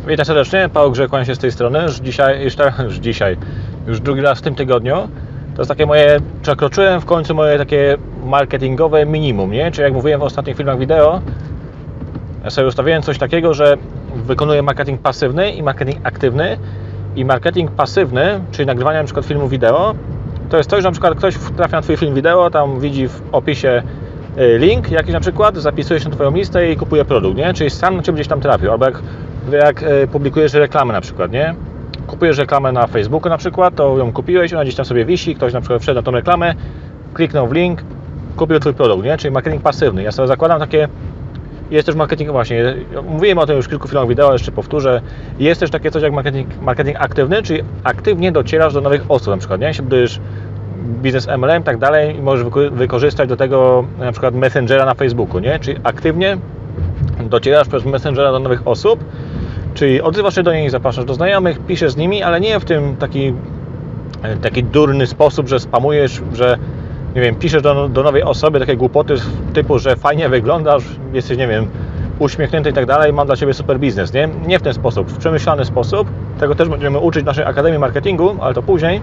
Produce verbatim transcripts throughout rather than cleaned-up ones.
Witam serdecznie, Paweł Grzech, kłaniam się z tej strony. Już dzisiaj, już, tak, już dzisiaj, już drugi raz w tym tygodniu. To jest takie moje, przekroczyłem w końcu moje takie marketingowe minimum, nie? Czyli jak mówiłem w ostatnich filmach wideo, ja sobie ustawiłem coś takiego, że wykonuję marketing pasywny i marketing aktywny. I marketing pasywny, czyli nagrywanie na przykład filmu wideo, to jest coś, że na przykład ktoś trafia na Twój film wideo, tam widzi w opisie link jakiś na przykład, zapisuje się na Twoją listę i kupuje produkt, nie? Czyli sam na Ciebie gdzieś tam trafił, albo jak, jak publikujesz reklamę na przykład, nie? Kupujesz reklamę na Facebooku na przykład, to ją kupiłeś, ona gdzieś tam sobie wisi, ktoś na przykład wszedł na tą reklamę, kliknął w link, kupił Twój produkt, nie? Czyli marketing pasywny. Ja sobie zakładam takie, jest też marketing, właśnie, mówiłem o tym już w kilku filmach wideo, jeszcze powtórzę, jest też takie coś jak marketing, marketing aktywny, czyli aktywnie docierasz do nowych osób na przykład, nie? Jeśli budujesz biznes M L M i tak dalej i możesz wykorzystać do tego na przykład Messengera na Facebooku, nie? Czyli aktywnie docierasz przez Messengera do nowych osób, czyli odzywasz się do nich, zapraszasz do znajomych, piszesz z nimi, ale nie w tym taki, taki durny sposób, że spamujesz, że nie wiem, piszesz do, do nowej osoby takie głupoty typu, że fajnie wyglądasz, jesteś, nie wiem, uśmiechnięty i tak dalej, mam dla Ciebie super biznes, nie? Nie w ten sposób, w przemyślany sposób. Tego też będziemy uczyć w naszej Akademii Marketingu, ale to później.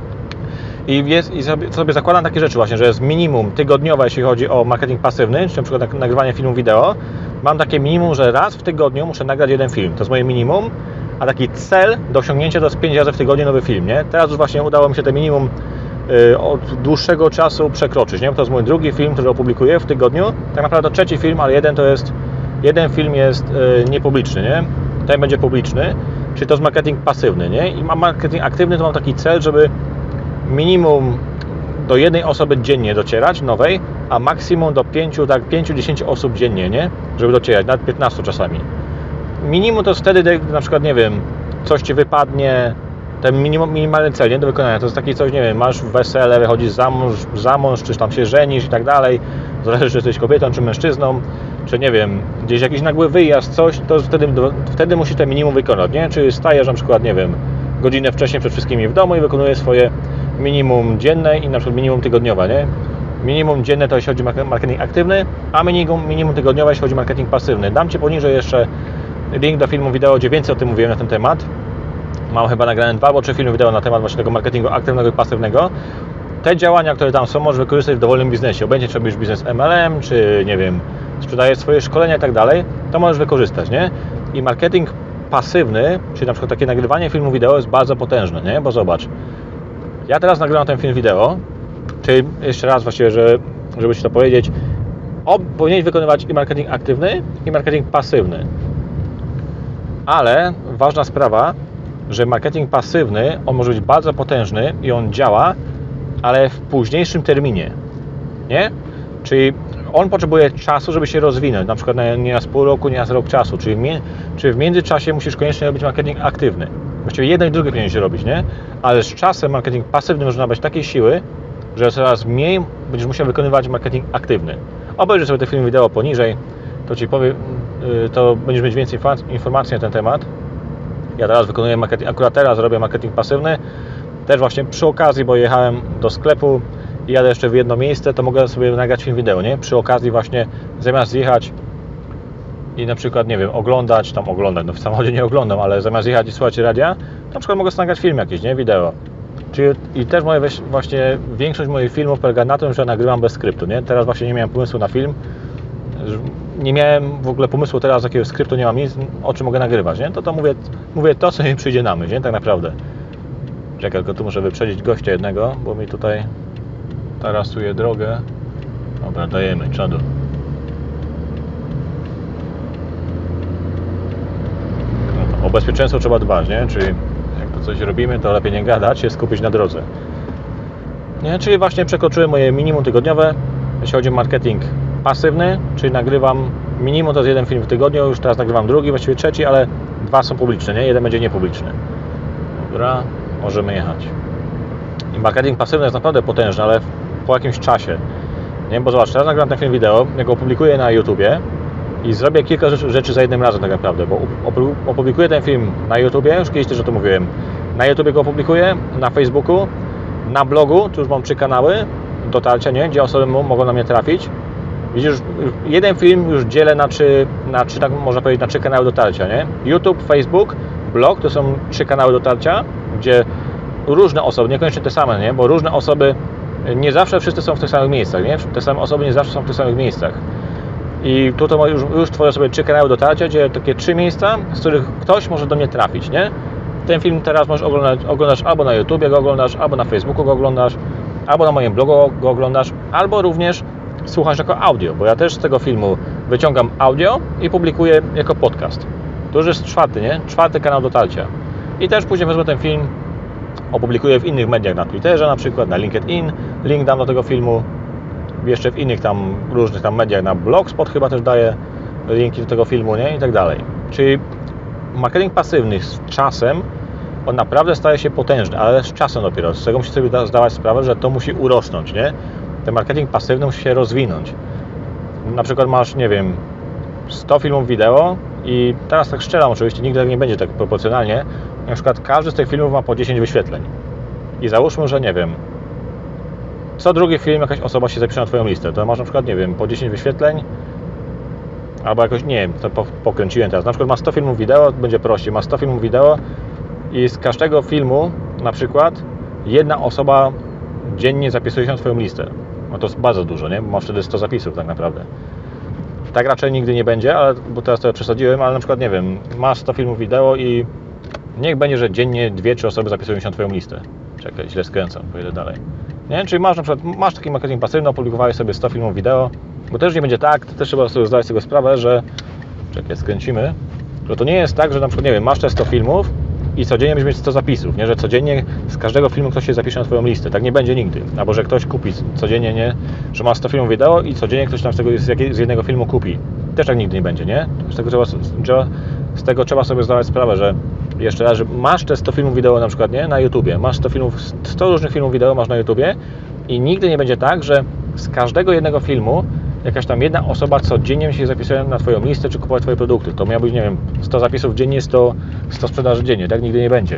I, jest, i sobie, sobie zakładam takie rzeczy właśnie, że jest minimum tygodniowe, jeśli chodzi o marketing pasywny, czy na przykład nagrywanie filmu wideo. Mam takie minimum, że raz w tygodniu muszę nagrać jeden film. To jest moje minimum, a taki cel do osiągnięcia to jest pięć razy w tygodniu nowy film, nie? Teraz już właśnie udało mi się te minimum yy, od dłuższego czasu przekroczyć, nie? Bo to jest mój drugi film, który opublikuję w tygodniu. Tak naprawdę to trzeci film, ale jeden to jest, jeden film jest yy, niepubliczny, nie? Ten będzie publiczny, czyli to jest marketing pasywny, nie? I mam marketing aktywny, to mam taki cel, żeby minimum do jednej osoby dziennie docierać, nowej, a maksimum do pięciu, tak pięć do dziesięciu osób dziennie, nie? Żeby docierać, nawet piętnastu czasami. Minimum to jest wtedy, gdy na przykład, nie wiem, coś Ci wypadnie, ten minimum, minimalny cel, nie? Do wykonania. To jest taki coś, nie wiem, masz wesele, wychodzisz za mąż, za mąż, czy tam się żenisz i tak dalej, zależy, czy jesteś kobietą, czy mężczyzną, czy nie wiem, gdzieś jakiś nagły wyjazd, coś, to wtedy, wtedy musisz ten minimum wykonać, nie? Czy stajesz na przykład, nie wiem, godzinę wcześniej przed wszystkimi w domu i wykonujesz swoje minimum dzienne i na przykład minimum tygodniowe, nie? Minimum dzienne to jeśli chodzi o marketing aktywny, a minimum, minimum tygodniowe jeśli chodzi o marketing pasywny. Dam Ci poniżej jeszcze link do filmu wideo, gdzie więcej o tym mówiłem na ten temat. Mam chyba nagrane dwa albo trzy filmy wideo na temat właśnie tego marketingu aktywnego i pasywnego. Te działania, które tam są, możesz wykorzystać w dowolnym biznesie. Obojętnie czy robisz biznes M L M, czy nie wiem, sprzedajesz swoje szkolenia i tak dalej, to możesz wykorzystać, nie? I marketing pasywny, czyli na przykład takie nagrywanie filmu wideo jest bardzo potężne, nie? Bo zobacz, ja teraz nagrywam ten film wideo, czyli jeszcze raz właściwie, że, żeby Ci to powiedzieć, o, powinieneś wykonywać i marketing aktywny, i marketing pasywny. Ale ważna sprawa, że marketing pasywny, on może być bardzo potężny i on działa, ale w późniejszym terminie, nie? Czyli on potrzebuje czasu, żeby się rozwinąć, na przykład na, nie na pół roku, nie na rok czasu, czyli, mi, czyli w międzyczasie musisz koniecznie robić marketing aktywny. Właściwie jedno i drugie powinien się robić, nie? Ale z czasem marketing pasywny może nabrać takiej siły, że coraz mniej będziesz musiał wykonywać marketing aktywny. Obejrzyj sobie te filmy wideo poniżej, to Ci powiem, to będziesz mieć więcej informacji na ten temat. Ja teraz wykonuję marketing, akurat teraz robię marketing pasywny, też właśnie przy okazji, bo jechałem do sklepu i jadę jeszcze w jedno miejsce, to mogę sobie nagrać film wideo, nie? Przy okazji właśnie, zamiast jechać i na przykład, nie wiem, oglądać, tam oglądać, no w samochodzie nie oglądam, ale zamiast jechać i słuchać radia, to na przykład mogę nagrać film jakiś, nie? Wideo. Czyli i też moje, właśnie większość moich filmów polega na tym, że nagrywam bez skryptu, nie? Teraz właśnie nie miałem pomysłu na film, nie miałem w ogóle pomysłu teraz, jakiego skryptu nie mam nic, o czym mogę nagrywać, nie? To to mówię, mówię to, co mi przyjdzie na myśl, nie? Tak naprawdę. Czekaj, tylko tu muszę wyprzedzić gościa jednego, bo mi tutaj tarasuje drogę. Dobra, dajemy, czadu. O bezpieczeństwo trzeba dbać, nie? Czyli jak to coś robimy, to lepiej nie gadać, się skupić na drodze. Nie? Czyli właśnie przekroczyłem moje minimum tygodniowe, jeśli chodzi o marketing pasywny, czyli nagrywam minimum to jest jeden film w tygodniu, już teraz nagrywam drugi, właściwie trzeci, ale dwa są publiczne, nie? Jeden będzie niepubliczny. Dobra, możemy jechać. I marketing pasywny jest naprawdę potężny, ale po jakimś czasie. Nie? Bo zobacz, teraz nagram ten film wideo, ja go opublikuję na YouTubie i zrobię kilka rzeczy za jednym razem tak naprawdę, bo opublikuję ten film na YouTubie, już kiedyś też o tym mówiłem, na YouTubie go opublikuję, na Facebooku, na blogu, tu już mam trzy kanały dotarcia, nie? Gdzie osoby mogą na mnie trafić Widzisz, jeden film już dzielę na trzy, na trzy, tak można powiedzieć, na trzy kanały dotarcia, nie? YouTube, Facebook, blog to są trzy kanały dotarcia, gdzie różne osoby, niekoniecznie te same, nie? Bo różne osoby, nie zawsze wszyscy są w tych samych miejscach, nie? Te same osoby nie zawsze są w tych samych miejscach. I tutaj już, już tworzę sobie trzy kanały dotarcia, gdzie takie trzy miejsca, z których ktoś może do mnie trafić, nie? Ten film teraz możesz oglądać, oglądasz albo na YouTubie go oglądasz, albo na Facebooku go oglądasz, albo na moim blogu go oglądasz, albo również słuchasz jako audio, bo ja też z tego filmu wyciągam audio i publikuję jako podcast. To już jest czwarty, nie? Czwarty kanał dotarcia. I też później wezmę ten film, opublikuję w innych mediach, na Twitterze na przykład, na LinkedIn, link dam do tego filmu, jeszcze w innych tam różnych tam mediach, na Blogspot chyba też daję linki do tego filmu, nie? I tak dalej. Czyli marketing pasywny z czasem, on naprawdę staje się potężny, ale z czasem dopiero. Z tego musisz sobie zdawać sprawę, że to musi urosnąć, nie? Ten marketing pasywny musi się rozwinąć. Na przykład masz, nie wiem, sto filmów wideo i teraz tak strzelam oczywiście, nigdy tak nie będzie tak proporcjonalnie. Na przykład każdy z tych filmów ma po dziesięć wyświetleń. I załóżmy, że nie wiem, co drugi film jakaś osoba się zapisze na twoją listę. To masz na przykład, nie wiem, po dziesięć wyświetleń, albo jakoś, nie wiem, to pokręciłem teraz. Na przykład ma sto filmów wideo, będzie prościej, ma sto filmów wideo i z każdego filmu na przykład jedna osoba dziennie zapisuje się na twoją listę. No to jest bardzo dużo, nie? Bo masz wtedy sto zapisów tak naprawdę. Tak raczej nigdy nie będzie, ale, bo teraz to przesadziłem, ale na przykład, nie wiem, masz sto filmów wideo i niech będzie, że dziennie dwie, trzy osoby zapisują się na twoją listę. Czekaj, źle skręcam, pojedę dalej. Nie? Czyli masz na przykład, masz taki marketing pasywny, opublikowałeś sobie sto filmów wideo, bo też nie będzie tak, to też trzeba sobie zdać z tego sprawę, że, czekaj, skręcimy, że to nie jest tak, że na przykład, nie wiem, masz te sto filmów i codziennie będziesz mieć sto zapisów, nie? Że codziennie z każdego filmu ktoś się zapisze na twoją listę. Tak nie będzie nigdy. Albo że ktoś kupi codziennie, nie? Że ma sto filmów wideo i codziennie ktoś tam z, tego, z jednego filmu kupi. Też tak nigdy nie będzie, nie? Z tego trzeba, trzeba, z tego trzeba sobie zdawać sprawę, że jeszcze raz, że masz te sto filmów wideo na przykład, nie? Na YouTubie. Masz sto filmów, sto różnych filmów wideo masz na YouTubie i nigdy nie będzie tak, że z każdego jednego filmu jakaś tam jedna osoba codziennie się zapisuje na twoją listę, czy kupuje twoje produkty. To miał być, nie wiem, sto zapisów dziennie, sto, sto sprzedaży dziennie. Tak nigdy nie będzie.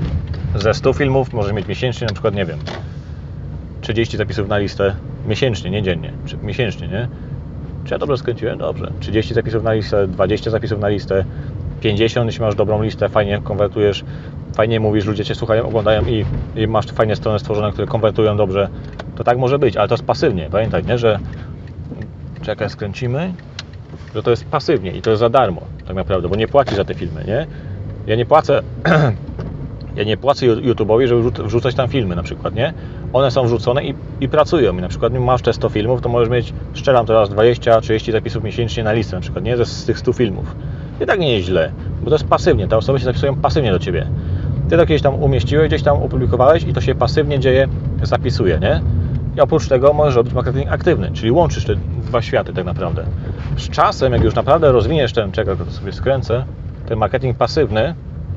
Ze stu filmów możesz mieć miesięcznie, na przykład, nie wiem, trzydzieści zapisów na listę miesięcznie, nie dziennie, miesięcznie, nie? Czy ja dobrze skręciłem? Dobrze. trzydzieści zapisów na listę, dwadzieścia zapisów na listę, pięćdziesiąt, jeśli masz dobrą listę, fajnie konwertujesz, fajnie mówisz, ludzie cię słuchają, oglądają i, i masz fajne strony stworzone, które konwertują dobrze, to tak może być, ale to jest pasywnie. Pamiętaj, nie, że czekaj, skręcimy, że to jest pasywnie i to jest za darmo, tak naprawdę, bo nie płacisz za te filmy, nie? Ja nie płacę, ja nie płacę YouTube'owi, żeby wrzucać tam filmy na przykład, nie? One są wrzucone i, i pracują i na przykład masz te sto filmów, to możesz mieć, strzelam teraz dwadzieścia trzydzieści zapisów miesięcznie na listę na przykład, nie? Z tych stu filmów. I tak nie jest źle, bo to jest pasywnie, te osoby się zapisują pasywnie do ciebie. Ty to kiedyś tam umieściłeś, gdzieś tam opublikowałeś i to się pasywnie dzieje, zapisuje, nie? I oprócz tego możesz robić marketing aktywny, czyli łączysz te dwa światy tak naprawdę. Z czasem, jak już naprawdę rozwiniesz ten, czekaj, to sobie skręcę, ten marketing pasywny,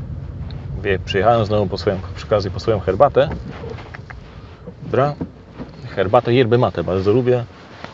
wie, przyjechałem znowu po swoją, przy okazji po swoją herbatę. Dobra, herbatę yerba mate bardzo lubię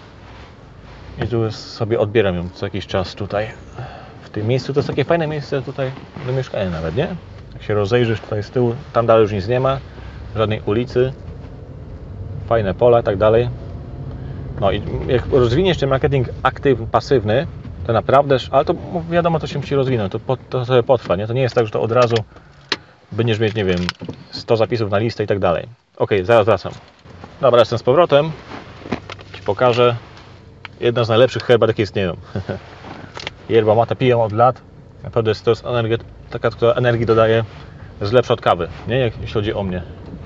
i tu sobie odbieram ją co jakiś czas tutaj. W tym miejscu to jest takie fajne miejsce tutaj do mieszkania nawet, nie? Jak się rozejrzysz tutaj z tyłu, tam dalej już nic nie ma, żadnej ulicy. Fajne pola i tak dalej. No i jak rozwiniesz ten marketing aktywny, pasywny, to naprawdę, ale to wiadomo, to się musi rozwinąć, to, to sobie potrwa, nie? To nie jest tak, że to od razu będziesz mieć, nie wiem, sto zapisów na listę i tak dalej. Ok, zaraz wracam. Dobra, jestem z powrotem. Ci pokażę jedną z najlepszych herbat, jakie istnieją. Yerba mate piję od lat. Naprawdę to jest energia, taka, która energii dodaje, jest lepsza od kawy, nie? Jak, jeśli chodzi o mnie.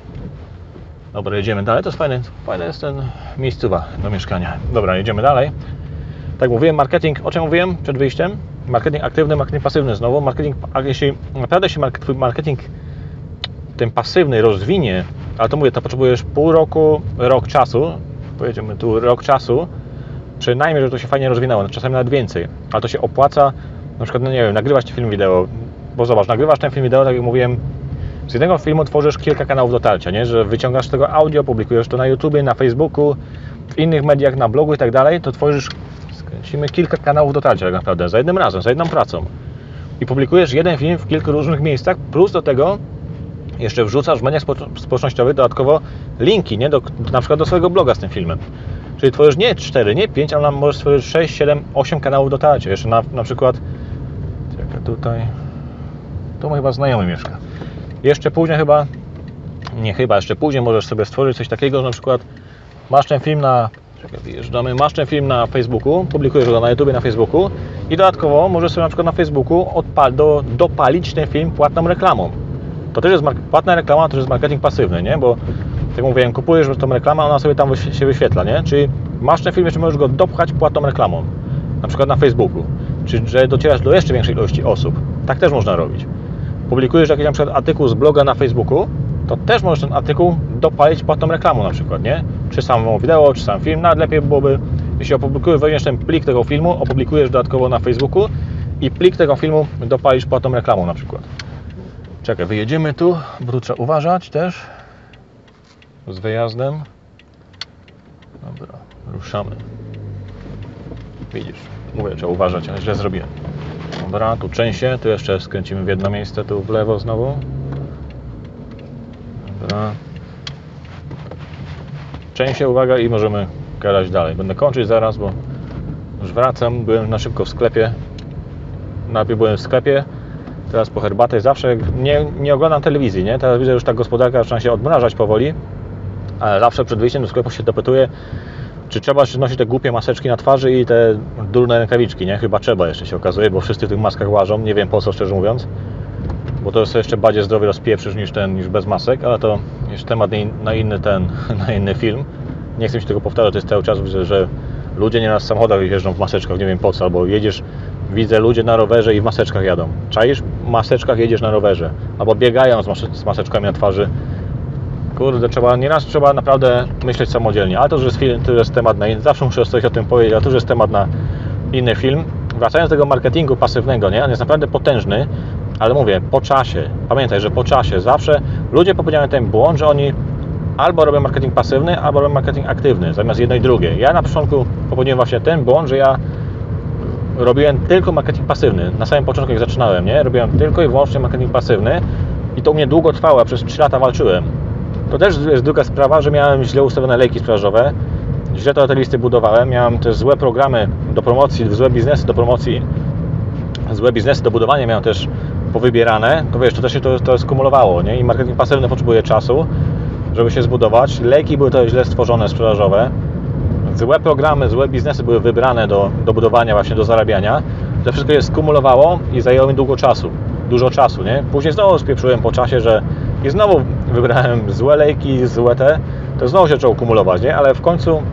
Dobra, jedziemy dalej. To jest fajne, fajne jest ten miejscowa do mieszkania. Dobra, jedziemy dalej. Tak mówiłem, marketing, o czym mówiłem przed wyjściem? Marketing aktywny, marketing pasywny znowu. Marketing, jeśli naprawdę się twój marketing ten pasywny rozwinie, ale to mówię, to potrzebujesz pół roku, rok czasu, powiedzmy tu rok czasu, przynajmniej, żeby to się fajnie rozwinęło, czasami nawet więcej, ale to się opłaca, na przykład, no nie wiem, nagrywać ten film wideo, bo zobacz, nagrywasz ten film wideo, tak jak mówiłem, z jednego filmu tworzysz kilka kanałów dotarcia, nie? Że wyciągasz z tego audio, publikujesz to na YouTubie, na Facebooku, w innych mediach, na blogu i tak dalej, to tworzysz, skręcimy, kilka kanałów dotarcia tak naprawdę, za jednym razem, za jedną pracą. I publikujesz jeden film w kilku różnych miejscach, plus do tego jeszcze wrzucasz w mediach społecznościowych dodatkowo linki, nie? Do, na przykład do swojego bloga z tym filmem. Czyli tworzysz nie cztery, nie pięć, ale możesz stworzyć sześć, siedem, osiem kanałów dotarcia. Jeszcze na, na przykład, czekaj, tutaj, tu mój chyba znajomy mieszka. Jeszcze później chyba, nie chyba, jeszcze później możesz sobie stworzyć coś takiego, że na przykład masz ten film na, czekaj, wyjeżdżamy, masz ten film na Facebooku, publikujesz go na YouTubie, na Facebooku i dodatkowo możesz sobie na przykład na Facebooku odpal, do, dopalić ten film płatną reklamą. To też jest płatna reklama, to też jest marketing pasywny, nie? Bo jak mówiłem, kupujesz tą reklamę, ona sobie tam się wyświetla, nie? Czyli masz ten film, jeszcze możesz go dopchać płatną reklamą, na przykład na Facebooku, czyli że docierasz do jeszcze większej ilości osób. Tak też można robić. Publikujesz jakiś na przykład artykuł z bloga na Facebooku, to też możesz ten artykuł dopalić płatną reklamą na przykład, nie? Czy samo wideo, czy sam film, nawet lepiej byłoby, jeśli opublikujesz, weźmiesz ten plik tego filmu, opublikujesz dodatkowo na Facebooku i plik tego filmu dopalisz płatną reklamą na przykład. Czekaj, wyjedziemy tu, bo tu trzeba uważać też z wyjazdem. Dobra, ruszamy. Widzisz, mówię, trzeba uważać, ale źle zrobiłem. Dobra, tu częściej, tu jeszcze skręcimy w jedno miejsce, tu w lewo znowu. Dobra. Częściej, uwaga, i możemy gadać dalej. Będę kończyć zaraz, bo już wracam. Byłem na szybko w sklepie. Najpierw byłem w sklepie, teraz po herbatę. Zawsze nie, nie oglądam telewizji, nie? Teraz widzę, że już ta gospodarka zaczyna się odmrażać powoli, ale zawsze przed wyjściem do sklepu się dopytuję, czy trzeba nosić te głupie maseczki na twarzy i te durne rękawiczki, nie? Chyba trzeba, jeszcze się okazuje, bo wszyscy w tych maskach łażą. Nie wiem po co, szczerze mówiąc, bo to jest jeszcze bardziej zdrowie rozpieprzysz niż ten, niż bez masek, ale to jest temat na inny ten, na inny film. Nie chcę się tego powtarzać, to jest cały czas, widzę, że ludzie nieraz w samochodach jeżdżą w maseczkach, nie wiem po co, albo jedziesz, widzę ludzie na rowerze i w maseczkach jadą. Czaisz? W maseczkach jedziesz na rowerze, albo biegają z, mas- z maseczkami na twarzy. Kurde, trzeba, nieraz trzeba naprawdę myśleć samodzielnie, ale to już jest film, to jest temat na inny, zawsze muszę coś o tym powiedzieć, ale to już jest temat na inny film. Wracając do tego marketingu pasywnego, nie? On jest naprawdę potężny, ale mówię, po czasie, pamiętaj, że po czasie zawsze ludzie popełniają ten błąd, że oni albo robią marketing pasywny, albo robią marketing aktywny, zamiast jedno i drugie. Ja na początku popełniłem właśnie ten błąd, że ja robiłem tylko marketing pasywny. Na samym początku, jak zaczynałem, nie? Robiłem tylko i wyłącznie marketing pasywny i to u mnie długo trwało, ja przez trzy lata walczyłem. To też jest druga sprawa, że miałem źle ustawione lejki sprzedażowe, źle te listy budowałem, miałem też złe programy do promocji, złe biznesy do promocji, złe biznesy do budowania miałem też powybierane, to wiesz, to też się to, to skumulowało, nie? I marketing pasywny potrzebuje czasu, żeby się zbudować. Lejki były to źle stworzone, sprzedażowe, złe programy, złe biznesy były wybrane do, do budowania, właśnie do zarabiania. To wszystko się skumulowało i zajęło mi długo czasu, dużo czasu, nie? Później znowu spieprzyłem po czasie, że i znowu wybrałem złe lejki, złe te, to znowu się zaczęło kumulować, nie? Ale w końcu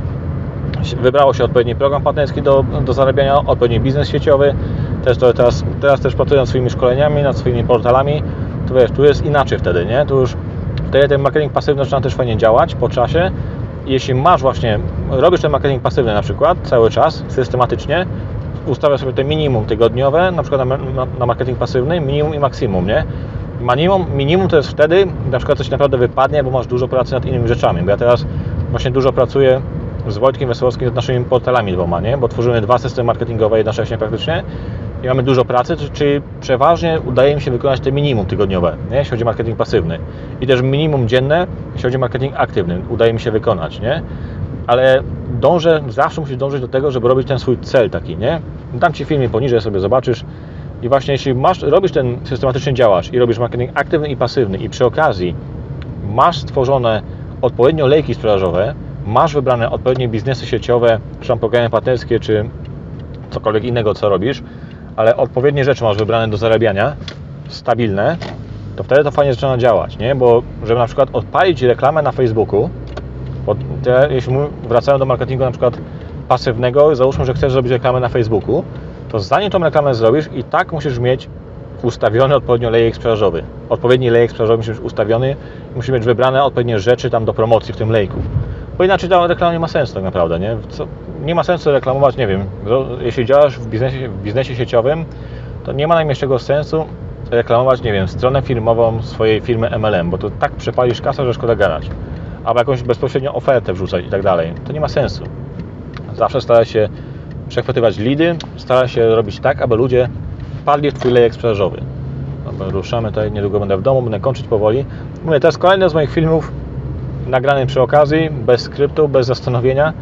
wybrało się odpowiedni program partnerski do, do zarabiania, odpowiedni biznes sieciowy. Też to teraz, teraz też pracuję nad swoimi szkoleniami, nad swoimi portalami, to wiesz, tu jest inaczej wtedy, nie? Tu już wtedy ten marketing pasywny zaczyna też fajnie działać po czasie. I jeśli masz właśnie, robisz ten marketing pasywny na przykład cały czas, systematycznie, ustawiasz sobie te minimum tygodniowe, na przykład na, na, na marketing pasywny, minimum i maksimum, nie? Minimum, minimum to jest wtedy, na przykład coś naprawdę wypadnie, bo masz dużo pracy nad innymi rzeczami, bo ja teraz właśnie dużo pracuję z Wojtkiem Wesołowskim nad naszymi portalami dwoma, nie? Bo tworzymy dwa systemy marketingowe jednocześnie praktycznie i mamy dużo pracy, czyli przeważnie udaje mi się wykonać te minimum tygodniowe, nie? Jeśli chodzi o marketing pasywny i też minimum dzienne, jeśli chodzi o marketing aktywny, udaje mi się wykonać, nie? Ale dążę, zawsze musisz dążyć do tego, żeby robić ten swój cel taki, nie? Dam Ci filmie poniżej, sobie zobaczysz. I właśnie jeśli masz, robisz ten systematycznie działasz i robisz marketing aktywny i pasywny i przy okazji masz stworzone odpowiednio lejki sprzedażowe, masz wybrane odpowiednie biznesy sieciowe, czy tam programy partnerskie, czy cokolwiek innego, co robisz, ale odpowiednie rzeczy masz wybrane do zarabiania, stabilne, to wtedy to fajnie zaczyna działać, nie? Bo żeby na przykład odpalić reklamę na Facebooku, bo te, jeśli wracają do marketingu na przykład pasywnego, załóżmy, że chcesz zrobić reklamę na Facebooku, to zanim tą reklamę zrobisz, i tak musisz mieć ustawiony odpowiednio lejek sprzedażowy. Odpowiedni lejek sprzedażowy musi być ustawiony i musi mieć wybrane odpowiednie rzeczy tam do promocji w tym lejku. Bo inaczej ta reklama nie ma sensu tak naprawdę, nie? Co, nie ma sensu reklamować, nie wiem, jeśli działasz w biznesie, w biznesie sieciowym, to nie ma najmniejszego sensu reklamować, nie wiem, stronę firmową swojej firmy M L M, bo to tak przepalisz kasę, że szkoda gadać. Albo jakąś bezpośrednią ofertę wrzucać i tak dalej. To nie ma sensu. Zawsze staraj się przechwytywać lidy, stara się robić tak, aby ludzie wpadli w Twój lejek sprzedażowy. Dobra, ruszamy tutaj, niedługo będę w domu, będę kończyć powoli. Mówię, to jest kolejny z moich filmów nagrany przy okazji, bez skryptu, bez zastanowienia.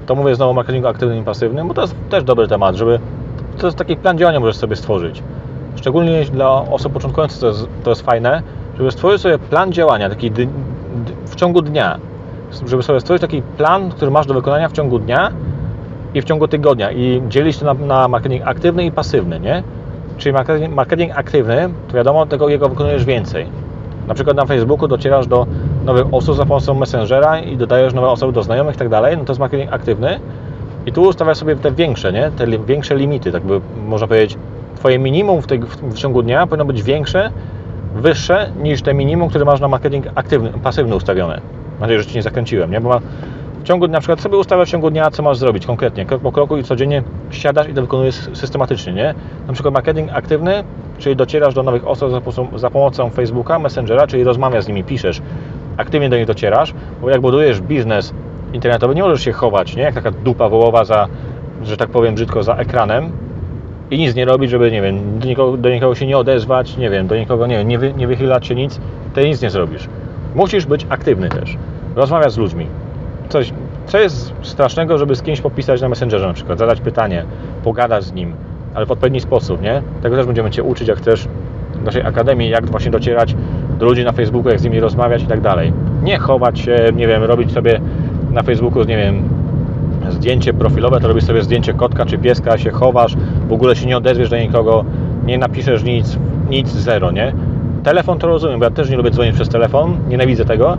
to mówię znowu o marketingu aktywnym i pasywnym, bo to jest też dobry temat, żeby to jest taki plan działania możesz sobie stworzyć. Szczególnie dla osób początkujących to jest, to jest fajne, żeby stworzyć sobie plan działania taki dy, dy, w ciągu dnia. Żeby sobie stworzyć taki plan, który masz do wykonania w ciągu dnia i w ciągu tygodnia i dzielić to na, na marketing aktywny i pasywny, nie? Czyli marketing, marketing aktywny, to wiadomo, tego jego wykonujesz więcej. Na przykład na Facebooku docierasz do nowych osób za pomocą Messengera i dodajesz nowe osoby do znajomych i tak dalej, no to jest marketing aktywny. I tu ustawiasz sobie te większe, nie? Te li, większe limity, tak by można powiedzieć, Twoje minimum w, tej, w ciągu dnia powinno być większe, wyższe niż te minimum, które masz na marketing aktywny, pasywny ustawione. Mam nadzieję, że Ci nie zakręciłem, nie? Bo ma w ciągu dnia, na przykład sobie ustawiasz w ciągu dnia, co masz zrobić konkretnie, krok po kroku i codziennie siadasz i to wykonujesz systematycznie, nie? Na przykład marketing aktywny, czyli docierasz do nowych osób za pomocą, za pomocą Facebooka, Messengera, czyli rozmawiasz z nimi, piszesz, aktywnie do nich docierasz, bo jak budujesz biznes internetowy, nie możesz się chować, nie? Jak taka dupa wołowa za, że tak powiem brzydko, za ekranem i nic nie robić, żeby, nie wiem, do nikogo, do nikogo się nie odezwać, nie wiem, do nikogo, nie wiem, nie, wy, nie wychylać się nic, to nic nie zrobisz. Musisz być aktywny też. Rozmawiać z ludźmi. Coś, co jest strasznego, żeby z kimś popisać na Messengerze na przykład, zadać pytanie, pogadać z nim, ale w odpowiedni sposób, nie? Tego też będziemy Cię uczyć, jak chcesz w naszej akademii, jak właśnie docierać do ludzi na Facebooku, jak z nimi rozmawiać i tak dalej. Nie chować się, nie wiem, robić sobie na Facebooku, nie wiem, zdjęcie profilowe, to robisz sobie zdjęcie kotka czy pieska, się chowasz, w ogóle się nie odezwiesz do nikogo, nie napiszesz nic, nic, zero, nie? Telefon to rozumiem, bo ja też nie lubię dzwonić przez telefon, nienawidzę tego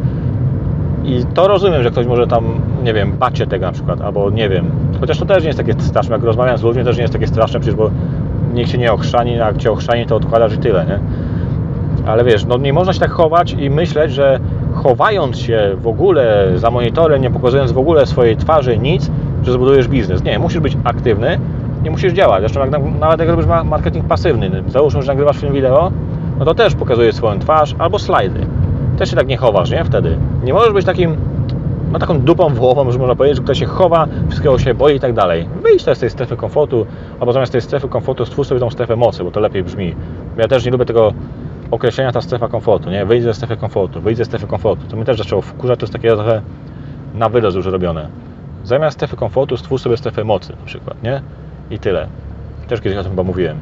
i to rozumiem, że ktoś może tam, nie wiem, bać się tego na przykład, albo nie wiem, chociaż to też nie jest takie straszne, jak rozmawiam z ludźmi, też nie jest takie straszne, przecież bo nikt się nie ochrzani, a jak Cię ochrzani, to odkładasz i tyle, nie? Ale wiesz, no nie można się tak chować i myśleć, że chowając się w ogóle za monitorem, nie pokazując w ogóle swojej twarzy nic, że zbudujesz biznes. Nie, musisz być aktywny, nie musisz działać. Zresztą jak, nawet jak robisz marketing pasywny, załóżmy, że nagrywasz film wideo, no to też pokazujesz swoją twarz albo slajdy. Też się tak nie chowasz, nie? Wtedy. Nie możesz być takim, no taką dupą wołową, że można powiedzieć, że ktoś się chowa, wszystkiego się boi i tak dalej. Wyjdź też z tej strefy komfortu, albo zamiast tej strefy komfortu stwórz sobie tą strefę mocy, bo to lepiej brzmi. Ja też nie lubię tego określenia, ta strefa komfortu, nie? Wyjdź ze strefy komfortu, wyjdź ze strefy komfortu. To mnie też zaczęło wkurzać, to jest takie trochę na wyrost już robione. Zamiast strefy komfortu stwórz sobie strefę mocy na przykład, nie? I tyle. Też kiedyś o tym chyba mówiłem.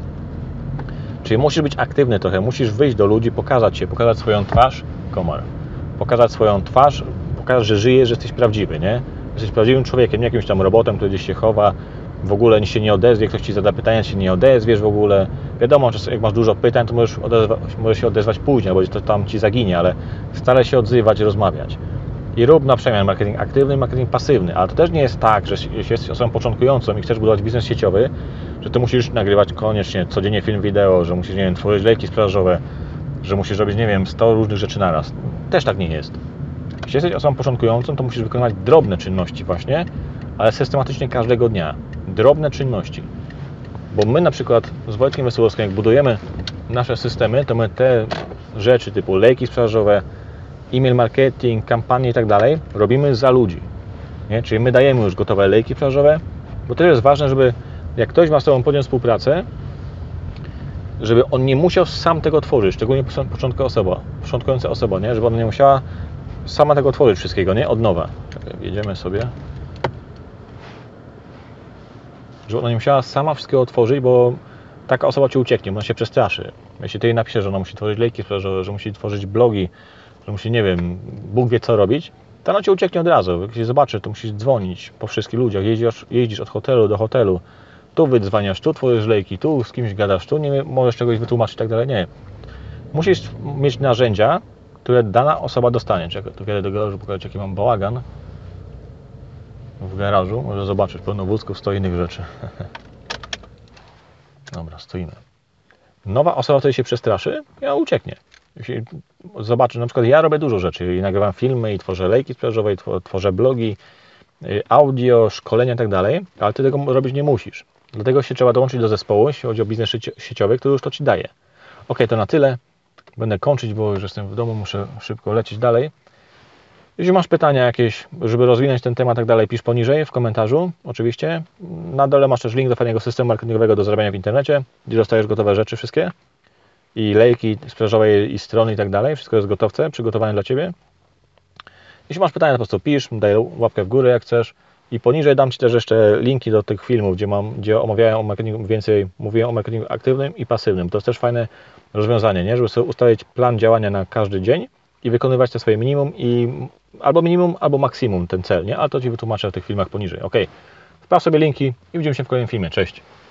Czyli musisz być aktywny trochę, musisz wyjść do ludzi, pokazać się, pokazać swoją twarz, komar. Pokazać swoją twarz, pokazać, że żyjesz, że jesteś prawdziwy, nie? Jesteś prawdziwym człowiekiem, nie jakimś tam robotem, który gdzieś się chowa, w ogóle nic się nie odezwie, ktoś Ci zada pytania, się nie odezwiesz w ogóle. Wiadomo, że jak masz dużo pytań, to możesz, odezwać, możesz się odezwać później, bo to tam Ci zaginie, ale staraj się odzywać, rozmawiać. I rób na przemian marketing aktywny i marketing pasywny, ale to też nie jest tak, że jeśli jesteś osobą początkującą i chcesz budować biznes sieciowy, że Ty musisz nagrywać koniecznie codziennie film wideo, że musisz, nie wiem, tworzyć lejki sprzedażowe, że musisz robić, nie wiem, sto różnych rzeczy naraz. Też tak nie jest. Jeśli jesteś osobą początkującą, to musisz wykonywać drobne czynności właśnie, ale systematycznie każdego dnia. Drobne czynności. Bo my na przykład z Wojtkiem Wesołowskim, jak budujemy nasze systemy, to my te rzeczy typu lejki sprzedażowe, e-mail marketing, kampanie i tak dalej robimy za ludzi. Nie? Czyli my dajemy już gotowe lejki sprzedażowe, bo to jest ważne, żeby jak ktoś ma z Tobą podjąć współpracę, żeby on nie musiał sam tego tworzyć, szczególnie początkowa osoba, początkująca osoba, nie? Żeby ona nie musiała sama tego tworzyć wszystkiego, nie? Od nowa. Czekaj, jedziemy sobie. Żeby ona nie musiała sama wszystkiego otworzyć, bo taka osoba Ci ucieknie, bo ona się przestraszy. Jeśli Ty jej napiszesz, że ona musi tworzyć lejki sprzedażowe, że musi tworzyć blogi, że musi, nie wiem, Bóg wie co robić, to ona Cię ucieknie od razu. Jak się zobaczy, to musisz dzwonić po wszystkich ludziach, jeździsz, jeździsz od hotelu do hotelu, tu wydzwaniasz, tu tworzysz lejki, tu z kimś gadasz, tu nie możesz czegoś wytłumaczyć i tak dalej. Nie. Musisz mieć narzędzia, które dana osoba dostanie. Czekaj, tu wiele do garażu pokazać, jaki mam bałagan w garażu. Może zobaczysz, pełno wózków, sto innych rzeczy. Dobra, stoimy. Nowa osoba wtedy się przestraszy i ona ucieknie. Jeśli zobaczy, na przykład ja robię dużo rzeczy i nagrywam filmy i tworzę lejki sprzedażowe, i tworzę blogi, audio, szkolenia i tak dalej, ale Ty tego robić nie musisz. Dlatego się trzeba dołączyć do zespołu, jeśli chodzi o biznes sieciowy, który już to Ci daje. Ok, to na tyle. Będę kończyć, bo już jestem w domu, muszę szybko lecieć dalej. Jeśli masz pytania jakieś, żeby rozwinąć ten temat, tak dalej, pisz poniżej w komentarzu, oczywiście. Na dole masz też link do fajnego systemu marketingowego do zarabiania w internecie, gdzie dostajesz gotowe rzeczy wszystkie. I lejki sprzedażowe, i strony i tak dalej. Wszystko jest gotowce, przygotowane dla Ciebie. Jeśli masz pytania, to po prostu pisz, daj łapkę w górę jak chcesz I poniżej dam Ci też jeszcze linki do tych filmów, gdzie, mam, gdzie omawiają o marketingu więcej, mówię o marketingu aktywnym i pasywnym. To jest też fajne rozwiązanie, nie? Żeby sobie ustalić plan działania na każdy dzień i wykonywać te swoje minimum i albo minimum, albo maksimum ten cel, nie? Ale to Ci wytłumaczę w tych filmach poniżej. Ok, wpraw sobie linki i widzimy się w kolejnym filmie. Cześć!